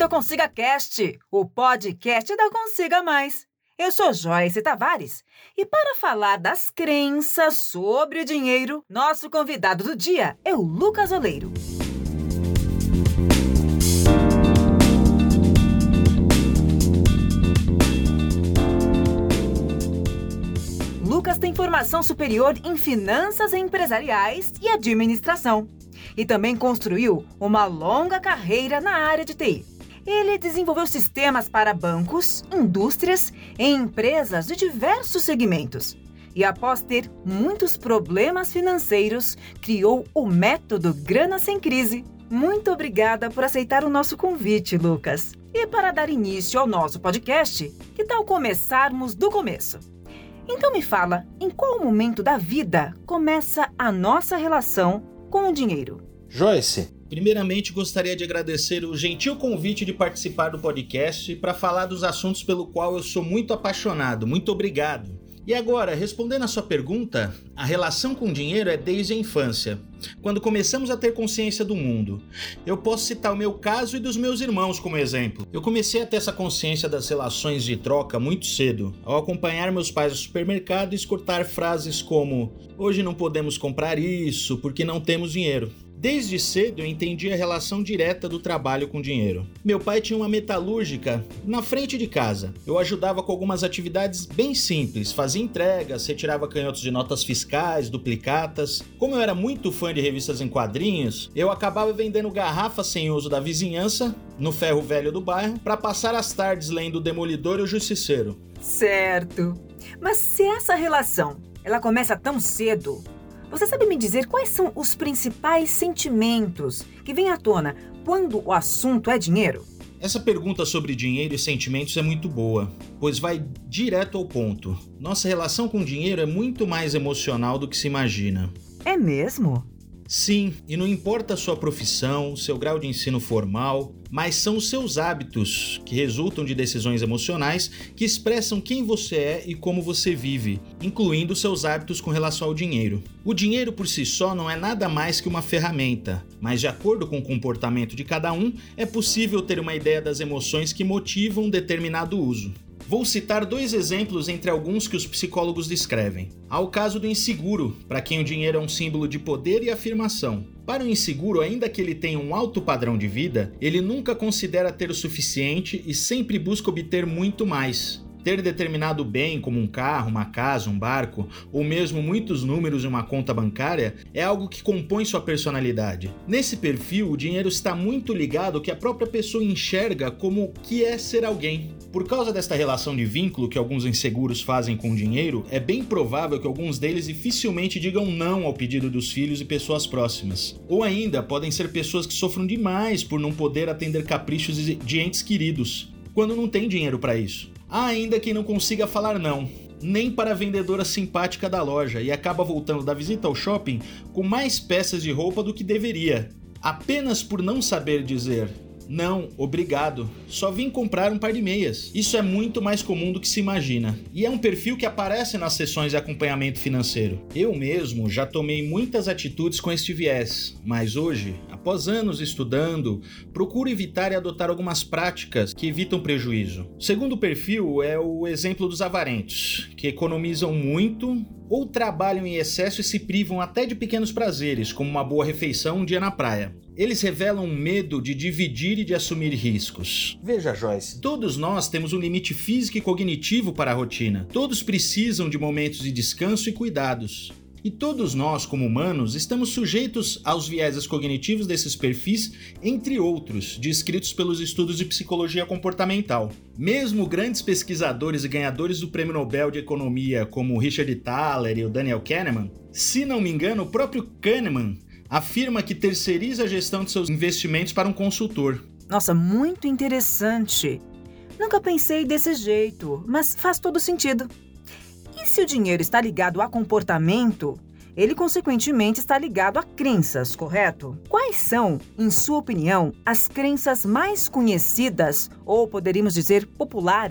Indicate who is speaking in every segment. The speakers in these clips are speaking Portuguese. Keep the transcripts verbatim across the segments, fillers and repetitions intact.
Speaker 1: ouvindo o Consiga Cast, o podcast da Consiga Mais. Eu sou Joyce Tavares e para falar das crenças sobre o dinheiro, nosso convidado do dia é o Lucas Oleiro. Lucas tem formação superior em finanças empresariais e administração e também construiu uma longa carreira na área de T I. Ele desenvolveu sistemas para bancos, indústrias e empresas de diversos segmentos. E após ter muitos problemas financeiros, criou o método Grana Sem Crise. Muito obrigada por aceitar o nosso convite, Lucas. E para dar início ao nosso podcast, que tal começarmos do começo? Então me fala, em qual momento da vida começa a nossa relação com o dinheiro?
Speaker 2: Joyce, primeiramente gostaria de agradecer o gentil convite de participar do podcast para falar dos assuntos pelo qual eu sou muito apaixonado. Muito obrigado. E agora, respondendo a sua pergunta, a relação com o dinheiro é desde a infância, quando começamos a ter consciência do mundo. Eu posso citar o meu caso e dos meus irmãos como exemplo. Eu comecei a ter essa consciência das relações de troca muito cedo, ao acompanhar meus pais ao supermercado e escutar frases como: hoje não podemos comprar isso porque não temos dinheiro. Desde cedo eu entendi a relação direta do trabalho com dinheiro. Meu pai tinha uma metalúrgica na frente de casa. Eu ajudava com algumas atividades bem simples, fazia entregas, retirava canhotos de notas fiscais, duplicatas. Como eu era muito fã de revistas em quadrinhos, eu acabava vendendo garrafas sem uso da vizinhança, no ferro velho do bairro, para passar as tardes lendo O Demolidor e o Justiceiro.
Speaker 1: Certo. Mas se essa relação, ela começa tão cedo, você sabe me dizer quais são os principais sentimentos que vêm à tona quando o assunto é dinheiro?
Speaker 2: Essa pergunta sobre dinheiro e sentimentos é muito boa, pois vai direto ao ponto. Nossa relação com dinheiro é muito mais emocional do que se imagina.
Speaker 1: É mesmo?
Speaker 2: Sim, e não importa a sua profissão, seu grau de ensino formal, mas são os seus hábitos, que resultam de decisões emocionais, que expressam quem você é e como você vive, incluindo seus hábitos com relação ao dinheiro. O dinheiro por si só não é nada mais que uma ferramenta, mas de acordo com o comportamento de cada um, é possível ter uma ideia das emoções que motivam determinado uso. Vou citar dois exemplos entre alguns que os psicólogos descrevem. Há o caso do inseguro, para quem o dinheiro é um símbolo de poder e afirmação. Para o inseguro, ainda que ele tenha um alto padrão de vida, ele nunca considera ter o suficiente e sempre busca obter muito mais. Ter determinado bem, como um carro, uma casa, um barco, ou mesmo muitos números em uma conta bancária, é algo que compõe sua personalidade. Nesse perfil, o dinheiro está muito ligado ao que a própria pessoa enxerga como o que é ser alguém. Por causa desta relação de vínculo que alguns inseguros fazem com o dinheiro, é bem provável que alguns deles dificilmente digam não ao pedido dos filhos e pessoas próximas. Ou ainda, podem ser pessoas que sofram demais por não poder atender caprichos de entes queridos, quando não tem dinheiro para isso. Há ainda quem não consiga falar não, nem para a vendedora simpática da loja, e acaba voltando da visita ao shopping com mais peças de roupa do que deveria, apenas por não saber dizer: não, obrigado, só vim comprar um par de meias. Isso é muito mais comum do que se imagina, e é um perfil que aparece nas sessões de acompanhamento financeiro. Eu mesmo já tomei muitas atitudes com este viés, mas hoje, após anos estudando, procuro evitar e adotar algumas práticas que evitam prejuízo. O segundo perfil é o exemplo dos avarentos, que economizam muito ou trabalham em excesso e se privam até de pequenos prazeres, como uma boa refeição um dia na praia. Eles revelam um medo de dividir e de assumir riscos.
Speaker 3: Veja, Joyce,
Speaker 2: todos nós temos um limite físico e cognitivo para a rotina. Todos precisam de momentos de descanso e cuidados. E todos nós, como humanos, estamos sujeitos aos vieses cognitivos desses perfis, entre outros, descritos pelos estudos de psicologia comportamental. Mesmo grandes pesquisadores e ganhadores do Prêmio Nobel de Economia, como o Richard Thaler e o Daniel Kahneman, se não me engano, o próprio Kahneman afirma que terceiriza a gestão de seus investimentos para um consultor.
Speaker 1: Nossa, muito interessante. Nunca pensei desse jeito, mas faz todo sentido. E se o dinheiro está ligado a comportamento, ele consequentemente está ligado a crenças, correto? Quais são, em sua opinião, as crenças mais conhecidas, ou poderíamos dizer populares,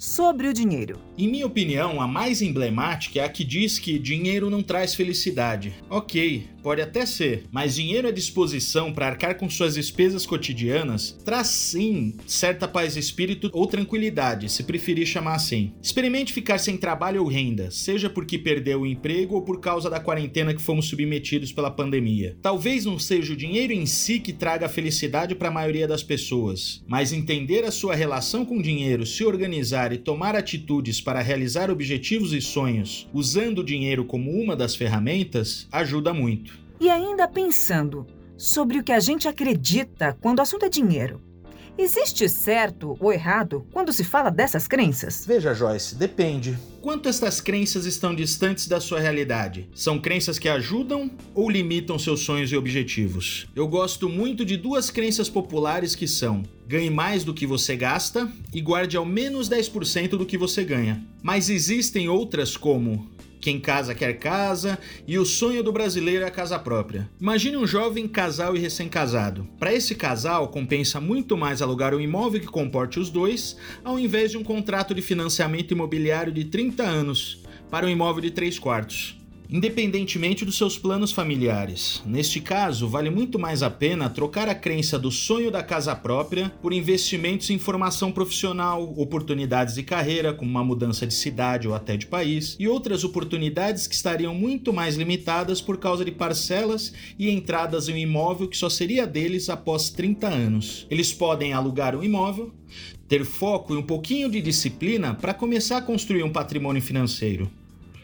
Speaker 1: sobre o dinheiro.
Speaker 2: Em minha opinião, a mais emblemática é a que diz que dinheiro não traz felicidade. Ok, pode até ser, mas dinheiro à disposição para arcar com suas despesas cotidianas traz sim certa paz de espírito ou tranquilidade, se preferir chamar assim. Experimente ficar sem trabalho ou renda, seja porque perdeu o emprego ou por causa da quarentena que fomos submetidos pela pandemia. Talvez não seja o dinheiro em si que traga a felicidade para a maioria das pessoas, mas entender a sua relação com o dinheiro, se organizar e tomar atitudes para realizar objetivos e sonhos usando o dinheiro como uma das ferramentas ajuda muito.
Speaker 1: E ainda pensando sobre o que a gente acredita quando o assunto é dinheiro. Existe certo ou errado quando se fala dessas crenças?
Speaker 2: Veja, Joyce, depende. Quanto estas crenças estão distantes da sua realidade? São crenças que ajudam ou limitam seus sonhos e objetivos? Eu gosto muito de duas crenças populares que são: ganhe mais do que você gasta e guarde ao menos dez por cento do que você ganha. Mas existem outras como: quem casa quer casa e o sonho do brasileiro é a casa própria. Imagine um jovem casal e recém-casado. Para esse casal, compensa muito mais alugar um imóvel que comporte os dois, ao invés de um contrato de financiamento imobiliário de trinta anos para um imóvel de três quartos. Independentemente dos seus planos familiares. Neste caso, vale muito mais a pena trocar a crença do sonho da casa própria por investimentos em formação profissional, oportunidades de carreira, como uma mudança de cidade ou até de país, e outras oportunidades que estariam muito mais limitadas por causa de parcelas e entradas em um imóvel que só seria deles após trinta anos. Eles podem alugar um imóvel, ter foco e um pouquinho de disciplina para começar a construir um patrimônio financeiro.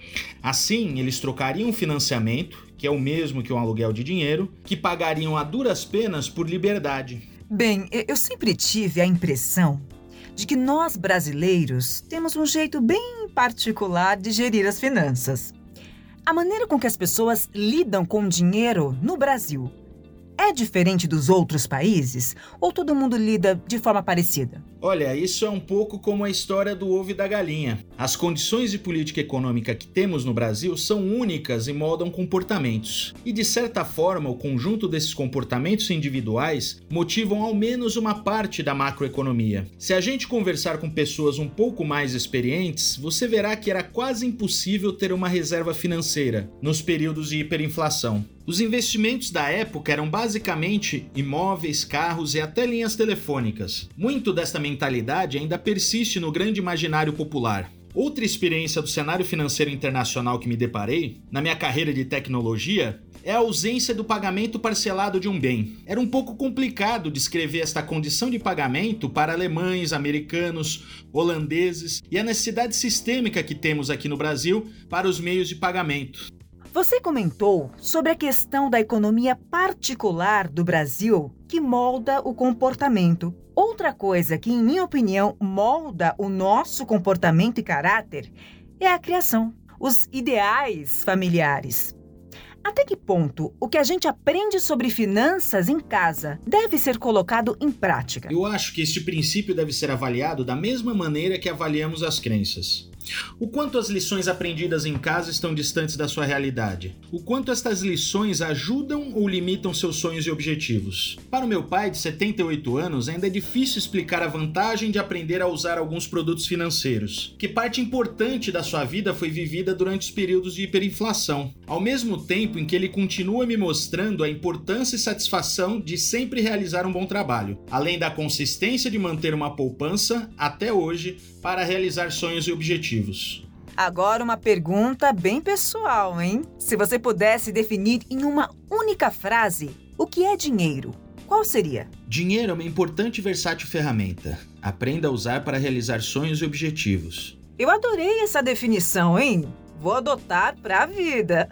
Speaker 2: Assim, eles trocariam um financiamento, que é o mesmo que um aluguel de dinheiro, que pagariam a duras penas por liberdade.
Speaker 1: Bem, eu sempre tive a impressão de que nós brasileiros temos um jeito bem particular de gerir as finanças. A maneira com que as pessoas lidam com o dinheiro no Brasil é diferente dos outros países ou todo mundo lida de forma parecida?
Speaker 2: Olha, isso é um pouco como a história do ovo e da galinha. As condições de política econômica que temos no Brasil são únicas e moldam comportamentos. E de certa forma, o conjunto desses comportamentos individuais motivam ao menos uma parte da macroeconomia. Se a gente conversar com pessoas um pouco mais experientes, você verá que era quase impossível ter uma reserva financeira nos períodos de hiperinflação. Os investimentos da época eram basicamente imóveis, carros e até linhas telefônicas. Muito desta mentalidade ainda persiste no grande imaginário popular. Outra experiência do cenário financeiro internacional que me deparei, na minha carreira de tecnologia, é a ausência do pagamento parcelado de um bem. Era um pouco complicado descrever esta condição de pagamento para alemães, americanos, holandeses e a necessidade sistêmica que temos aqui no Brasil para os meios de pagamento.
Speaker 1: Você comentou sobre a questão da economia particular do Brasil que molda o comportamento. Outra coisa que, em minha opinião, molda o nosso comportamento e caráter é a criação, os ideais familiares. Até que ponto o que a gente aprende sobre finanças em casa deve ser colocado em prática?
Speaker 2: Eu acho que este princípio deve ser avaliado da mesma maneira que avaliamos as crenças. O quanto as lições aprendidas em casa estão distantes da sua realidade? O quanto estas lições ajudam ou limitam seus sonhos e objetivos? Para o meu pai, de setenta e oito anos, ainda é difícil explicar a vantagem de aprender a usar alguns produtos financeiros, que parte importante da sua vida foi vivida durante os períodos de hiperinflação, ao mesmo tempo em que ele continua me mostrando a importância e satisfação de sempre realizar um bom trabalho, além da consistência de manter uma poupança, até hoje, para realizar sonhos e objetivos.
Speaker 1: Agora uma pergunta bem pessoal, hein? Se você pudesse definir em uma única frase o que é dinheiro, qual seria?
Speaker 2: Dinheiro é uma importante e versátil ferramenta. Aprenda a usar para realizar sonhos e objetivos.
Speaker 1: Eu adorei essa definição, hein? Vou adotar para a vida.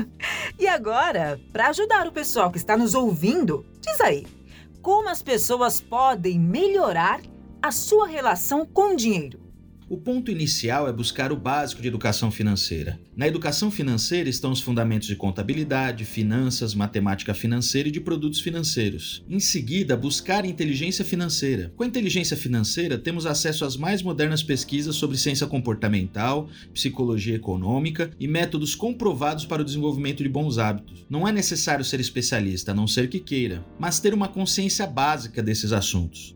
Speaker 1: E agora, para ajudar o pessoal que está nos ouvindo, diz aí, como as pessoas podem melhorar a sua relação com o dinheiro?
Speaker 2: O ponto inicial é buscar o básico de educação financeira. Na educação financeira estão os fundamentos de contabilidade, finanças, matemática financeira e de produtos financeiros. Em seguida, buscar inteligência financeira. Com a inteligência financeira, temos acesso às mais modernas pesquisas sobre ciência comportamental, psicologia econômica e métodos comprovados para o desenvolvimento de bons hábitos. Não é necessário ser especialista, a não ser que queira, mas ter uma consciência básica desses assuntos.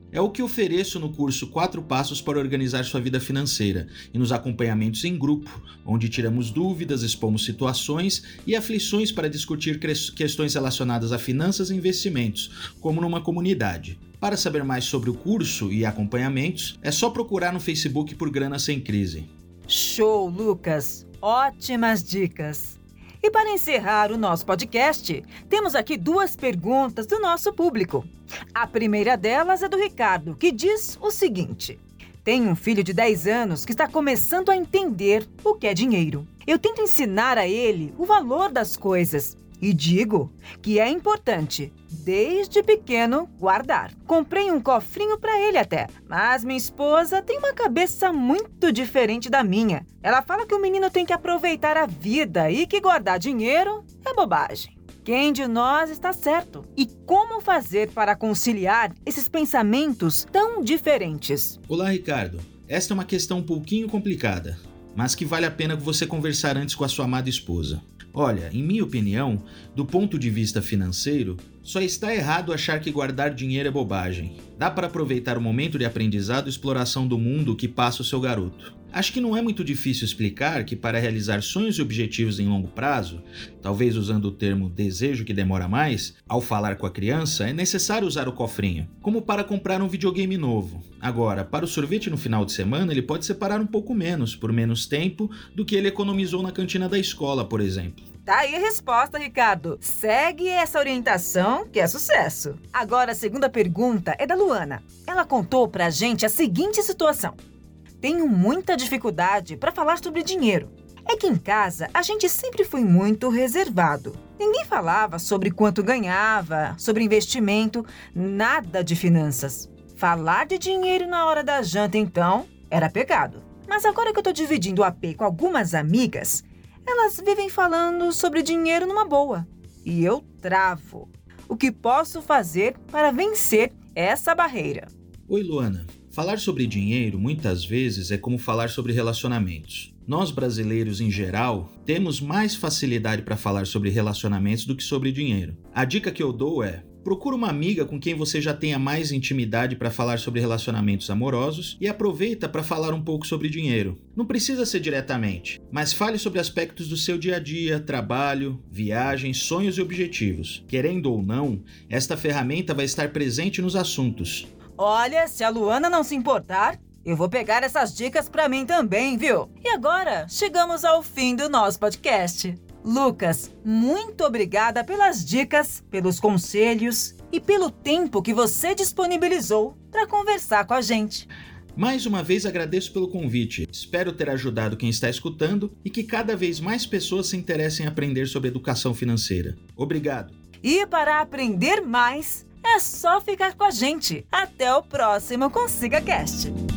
Speaker 2: É o que ofereço no curso Quatro Passos para Organizar Sua Vida Financeira e nos acompanhamentos em grupo, onde tiramos dúvidas, expomos situações e aflições para discutir questões relacionadas a finanças e investimentos, como numa comunidade. Para saber mais sobre o curso e acompanhamentos, é só procurar no Facebook por Grana Sem Crise.
Speaker 1: Show, Lucas! Ótimas dicas! E para encerrar o nosso podcast, temos aqui duas perguntas do nosso público. A primeira delas é do Ricardo, que diz o seguinte: tenho um filho de dez anos que está começando a entender o que é dinheiro. Eu tento ensinar a ele o valor das coisas e digo que é importante, desde pequeno, guardar. Comprei um cofrinho para ele até, mas minha esposa tem uma cabeça muito diferente da minha. Ela fala que o menino tem que aproveitar a vida e que guardar dinheiro é bobagem. Quem de nós está certo? E como fazer para conciliar esses pensamentos tão diferentes?
Speaker 2: Olá, Ricardo. Esta é uma questão um pouquinho complicada, mas que vale a pena você conversar antes com a sua amada esposa. Olha, em minha opinião, do ponto de vista financeiro, só está errado achar que guardar dinheiro é bobagem. Dá para aproveitar o momento de aprendizado e exploração do mundo que passa o seu garoto. Acho que não é muito difícil explicar que para realizar sonhos e objetivos em longo prazo, talvez usando o termo desejo que demora mais, ao falar com a criança, é necessário usar o cofrinho, como para comprar um videogame novo. Agora, para o sorvete no final de semana, ele pode separar um pouco menos, por menos tempo, do que ele economizou na cantina da escola, por exemplo.
Speaker 1: Tá aí a resposta, Ricardo. Segue essa orientação que é sucesso. Agora a segunda pergunta é da Luana. Ela contou pra gente a seguinte situação. Tenho muita dificuldade para falar sobre dinheiro. É que em casa a gente sempre foi muito reservado. Ninguém falava sobre quanto ganhava, sobre investimento, nada de finanças. Falar de dinheiro na hora da janta, então, era pecado. Mas agora que eu tô dividindo o A P com algumas amigas, elas vivem falando sobre dinheiro numa boa. E eu travo. O que posso fazer para vencer essa barreira?
Speaker 2: Oi, Luana. Falar sobre dinheiro muitas vezes é como falar sobre relacionamentos. Nós brasileiros em geral temos mais facilidade para falar sobre relacionamentos do que sobre dinheiro. A dica que eu dou é: procura uma amiga com quem você já tenha mais intimidade para falar sobre relacionamentos amorosos e aproveita para falar um pouco sobre dinheiro. Não precisa ser diretamente, mas fale sobre aspectos do seu dia a dia, trabalho, viagens, sonhos e objetivos. Querendo ou não, esta ferramenta vai estar presente nos assuntos.
Speaker 1: Olha, se a Luana não se importar, eu vou pegar essas dicas para mim também, viu? E agora, chegamos ao fim do nosso podcast. Lucas, muito obrigada pelas dicas, pelos conselhos e pelo tempo que você disponibilizou para conversar com a gente.
Speaker 2: Mais uma vez agradeço pelo convite. Espero ter ajudado quem está escutando e que cada vez mais pessoas se interessem em aprender sobre educação financeira. Obrigado.
Speaker 1: E para aprender mais, é só ficar com a gente. Até o próximo Consiga Cast.